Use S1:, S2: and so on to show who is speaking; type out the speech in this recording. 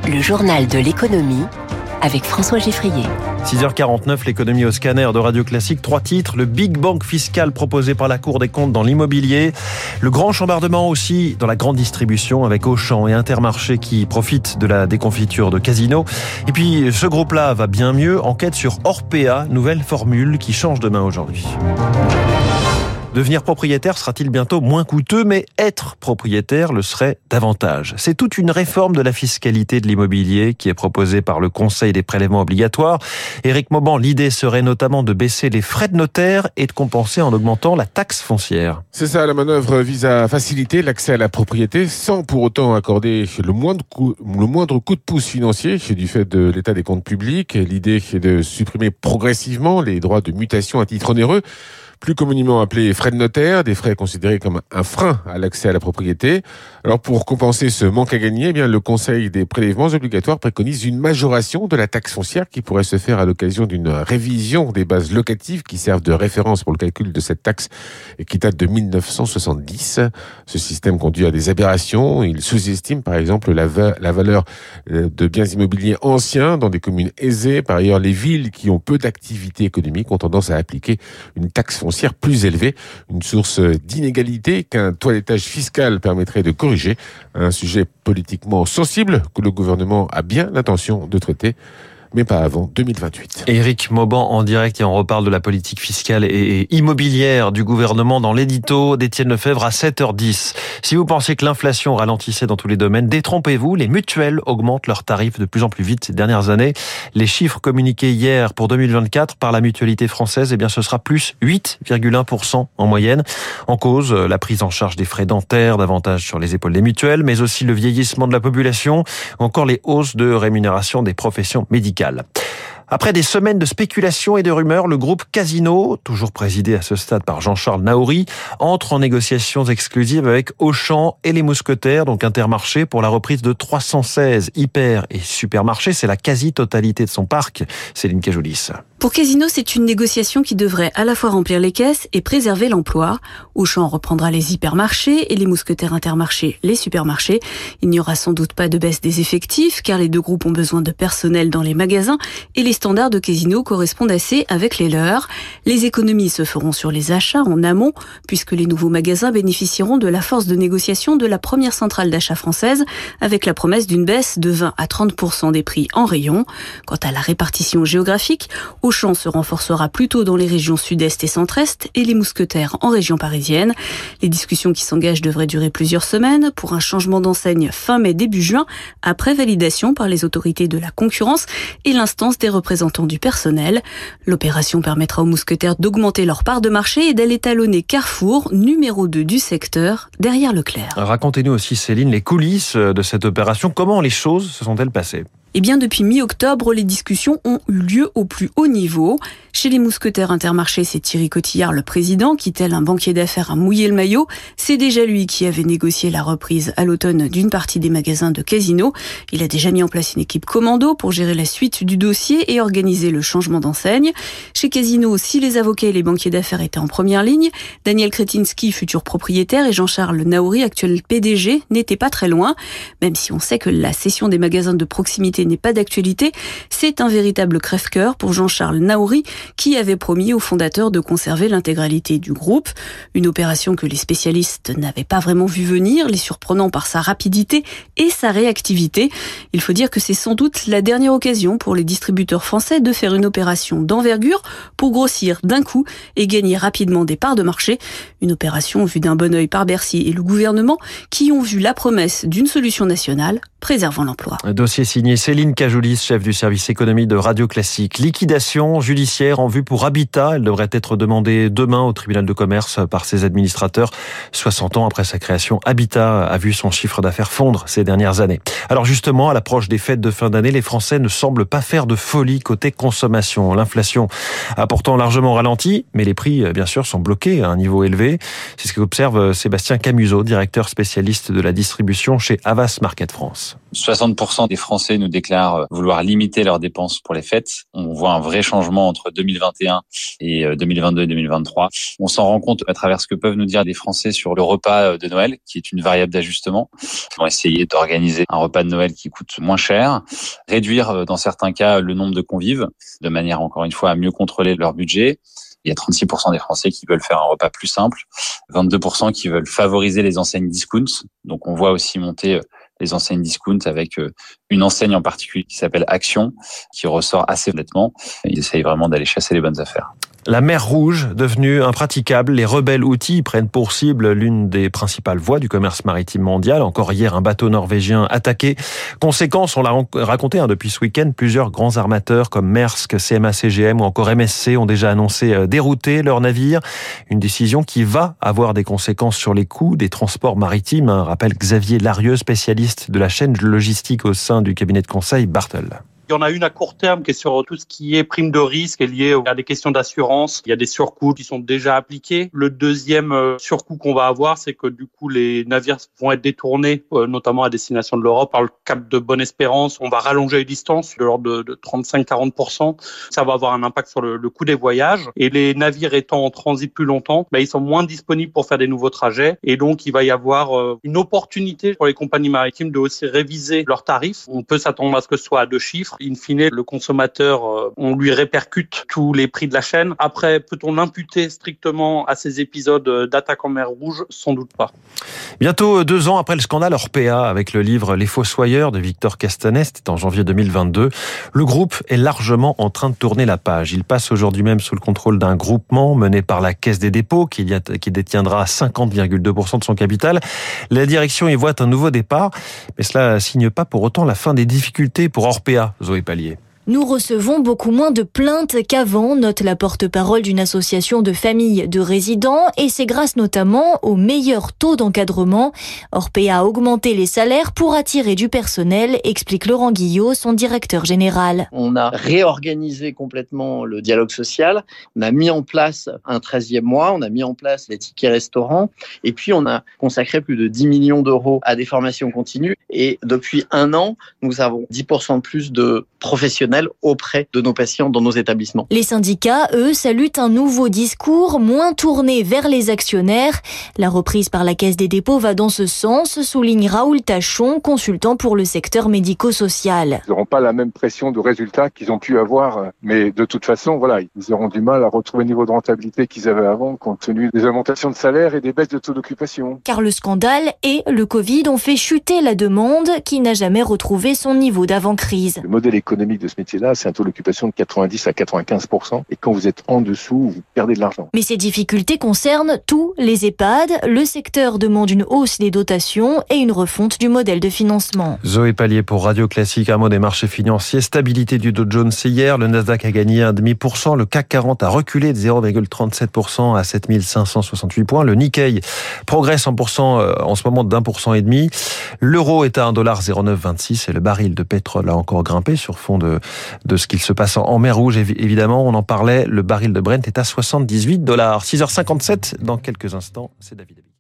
S1: Le journal de l'économie avec François Geffrier.
S2: 6h49, l'économie au scanner de Radio Classique. 3 titres. Le Big Bang fiscal proposé par la Cour des comptes dans l'immobilier. Le grand chambardement aussi dans la grande distribution avec Auchan et Intermarché qui profitent de la déconfiture de Casino. Et puis ce groupe-là va bien mieux. Enquête sur Orpea, nouvelle formule qui change de main aujourd'hui. Devenir propriétaire sera-t-il bientôt moins coûteux, mais être propriétaire le serait davantage. C'est toute une réforme de la fiscalité de l'immobilier qui est proposée par le Conseil des prélèvements obligatoires. Éric Mauban, l'idée serait notamment de baisser les frais de notaire et de compenser en augmentant la taxe foncière.
S3: C'est ça, la manœuvre vise à faciliter l'accès à la propriété sans pour autant accorder le moindre coup de pouce financier du fait de l'état des comptes publics. L'idée est de supprimer progressivement les droits de mutation à titre onéreux, plus communément appelés frais de notaire, des frais considérés comme un frein à l'accès à la propriété. Alors pour compenser ce manque à gagner, le Conseil des prélèvements obligatoires préconise une majoration de la taxe foncière qui pourrait se faire à l'occasion d'une révision des bases locatives qui servent de référence pour le calcul de cette taxe et qui date de 1970. Ce système conduit à des aberrations. Il sous-estime par exemple la valeur de biens immobiliers anciens dans des communes aisées. Par ailleurs, les villes qui ont peu d'activité économique ont tendance à appliquer une taxe foncière plus élevée, une source d'inégalité qu'un toilettage fiscal permettrait de corriger, un sujet politiquement sensible que le gouvernement a bien l'intention de traiter, mais pas avant 2028.
S2: Éric Mauban en direct et on reparle de la politique fiscale et immobilière du gouvernement dans l'édito d'Étienne Lefebvre à 7h10. Si vous pensez que l'inflation ralentissait dans tous les domaines, détrompez-vous, les mutuelles augmentent leurs tarifs de plus en plus vite ces dernières années. Les chiffres communiqués hier pour 2024 par la mutualité française, ce sera plus 8,1% en moyenne. En cause, la prise en charge des frais dentaires, davantage sur les épaules des mutuelles, mais aussi le vieillissement de la population, ou encore les hausses de rémunération des professions médicales. Après des semaines de spéculation et de rumeurs, le groupe Casino, toujours présidé à ce stade par Jean-Charles Naouri, entre en négociations exclusives avec Auchan et les Mousquetaires, donc Intermarché, pour la reprise de 316 hyper et supermarchés. C'est la quasi-totalité de son parc. Céline Cajoulis.
S4: Pour Casino, c'est une négociation qui devrait à la fois remplir les caisses et préserver l'emploi. Auchan reprendra les hypermarchés et les Mousquetaires Intermarché les supermarchés. Il n'y aura sans doute pas de baisse des effectifs car les deux groupes ont besoin de personnel dans les magasins et les standards de Casino correspondent assez avec les leurs. Les économies se feront sur les achats en amont puisque les nouveaux magasins bénéficieront de la force de négociation de la première centrale d'achat française avec la promesse d'une baisse de 20 à 30% des prix en rayon. Quant à la répartition géographique, Auchan se renforcera plutôt dans les régions sud-est et centre-est et les Mousquetaires en région parisienne. Les discussions qui s'engagent devraient durer plusieurs semaines pour un changement d'enseigne fin mai début juin après validation par les autorités de la concurrence et l'instance des représentants du personnel. L'opération permettra aux Mousquetaires d'augmenter leur part de marché et d'aller talonner Carrefour, numéro 2 du secteur, derrière Leclerc.
S2: Racontez-nous aussi, Céline, les coulisses de cette opération. Comment les choses se sont-elles passées ?
S4: Depuis mi-octobre, les discussions ont eu lieu au plus haut niveau. Chez les Mousquetaires Intermarché, c'est Thierry Cotillard, le président, qui, tel un banquier d'affaires, a mouillé le maillot. C'est déjà lui qui avait négocié la reprise à l'automne d'une partie des magasins de Casino. Il a déjà mis en place une équipe commando pour gérer la suite du dossier et organiser le changement d'enseigne. Chez Casino aussi, les avocats et les banquiers d'affaires étaient en première ligne. Daniel Kretinsky, futur propriétaire, et Jean-Charles Naouri, actuel PDG, n'étaient pas très loin. Même si on sait que la cession des magasins de proximité n'est pas d'actualité, c'est un véritable crève-cœur pour Jean-Charles Naouri qui avait promis aux fondateurs de conserver l'intégralité du groupe. Une opération que les spécialistes n'avaient pas vraiment vu venir, les surprenant par sa rapidité et sa réactivité. Il faut dire que c'est sans doute la dernière occasion pour les distributeurs français de faire une opération d'envergure pour grossir d'un coup et gagner rapidement des parts de marché. Une opération vue d'un bon œil par Bercy et le gouvernement qui ont vu la promesse d'une solution nationale préservant l'emploi.
S2: Un dossier signé Céline Cajoulis, chef du service économie de Radio Classique. Liquidation judiciaire en vue pour Habitat. Elle devrait être demandée demain au tribunal de commerce par ses administrateurs. 60 ans après sa création, Habitat a vu son chiffre d'affaires fondre ces dernières années. Alors justement, à l'approche des fêtes de fin d'année, les Français ne semblent pas faire de folie côté consommation. L'inflation a pourtant largement ralenti, mais les prix, bien sûr, sont bloqués à un niveau élevé. C'est ce qu'observe Sébastien Camusot, directeur spécialiste de la distribution chez Havas Market France. France.
S5: 60% des Français nous déclarent vouloir limiter leurs dépenses pour les fêtes. On voit un vrai changement entre 2021 et 2022 et 2023. On s'en rend compte à travers ce que peuvent nous dire des Français sur le repas de Noël, qui est une variable d'ajustement. Ils vont essayer d'organiser un repas de Noël qui coûte moins cher, réduire dans certains cas le nombre de convives, de manière encore une fois à mieux contrôler leur budget. Il y a 36% des Français qui veulent faire un repas plus simple, 22% qui veulent favoriser les enseignes discount. Donc on voit aussi monter les enseignes discount avec une enseigne en particulier qui s'appelle Action, qui ressort assez nettement. Ils essayent vraiment d'aller chasser les bonnes affaires.
S2: La mer Rouge, devenue impraticable, les rebelles houthis prennent pour cible l'une des principales voies du commerce maritime mondial. Encore hier, un bateau norvégien attaqué. Conséquence, on l'a raconté depuis ce week-end, plusieurs grands armateurs comme Maersk, CMA CGM ou encore MSC ont déjà annoncé dérouter leurs navires. Une décision qui va avoir des conséquences sur les coûts des transports maritimes, rappelle Xavier Larieux, spécialiste de la chaîne logistique au sein du cabinet de conseil Bartel.
S6: Il y en a une à court terme qui est sur tout ce qui est prime de risque et lié à des questions d'assurance. Il y a des surcoûts qui sont déjà appliqués. Le deuxième surcoût qu'on va avoir, c'est que du coup, les navires vont être détournés, notamment à destination de l'Europe, par le cap de Bonne-Espérance. On va rallonger les distances de l'ordre de 35-40%. Ça va avoir un impact sur le coût des voyages. Et les navires étant en transit plus longtemps, ils sont moins disponibles pour faire des nouveaux trajets. Et donc, il va y avoir une opportunité pour les compagnies maritimes de aussi réviser leurs tarifs. On peut s'attendre à ce que ce soit à 2 chiffres. In fine, le consommateur, on lui répercute tous les prix de la chaîne. Après, peut-on l'imputer strictement à ces épisodes d'attaque en mer Rouge ? Sans doute pas.
S2: Bientôt 2 ans après le scandale Orpea, avec le livre Les Fossoyeurs de Victor Castanet, c'était en janvier 2022, le groupe est largement en train de tourner la page. Il passe aujourd'hui même sous le contrôle d'un groupement mené par la Caisse des dépôts qui détiendra 50,2% de son capital. La direction y voit un nouveau départ, mais cela signe pas pour autant la fin des difficultés pour Orpea. Zoé Pallier.
S7: Nous recevons beaucoup moins de plaintes qu'avant, note la porte-parole d'une association de familles de résidents, et c'est grâce notamment au meilleur taux d'encadrement. Orpea a augmenté les salaires pour attirer du personnel, explique Laurent Guillot, son directeur général.
S8: On a réorganisé complètement le dialogue social, on a mis en place un 13e mois, on a mis en place les tickets restaurants, et puis on a consacré plus de 10 millions d'euros à des formations continues, et depuis 1 an, nous avons 10% de plus de professionnels auprès de nos patients dans nos établissements.
S7: Les syndicats, eux, saluent un nouveau discours moins tourné vers les actionnaires. La reprise par la Caisse des dépôts va dans ce sens, souligne Raoul Tachon, consultant pour le secteur médico-social.
S9: Ils n'auront pas la même pression de résultats qu'ils ont pu avoir, mais de toute façon, ils auront du mal à retrouver le niveau de rentabilité qu'ils avaient avant, compte tenu des augmentations de salaire et des baisses de taux d'occupation.
S7: Car le scandale et le Covid ont fait chuter la demande, qui n'a jamais retrouvé son niveau d'avant-crise.
S9: Le modèle économique de ce métier-là, c'est un taux d'occupation de 90 à 95%. Et quand vous êtes en dessous, vous perdez de l'argent.
S7: Mais ces difficultés concernent tous les EHPAD. Le secteur demande une hausse des dotations et une refonte du modèle de financement.
S2: Zoé Pallier pour Radio Classique. Un mot des marchés financiers. Stabilité du Dow Jones hier. Le Nasdaq a gagné 0,5%. Le CAC 40 a reculé de 0,37% à 7568 points. Le Nikkei progresse en ce moment d'1,5%. L'euro est à $1,0926 et le baril de pétrole a encore grimpé sur fond de ce qu'il se passe en mer Rouge. Évidemment, on en parlait, le baril de Brent est à $78. 6h57, dans quelques instants, c'est David.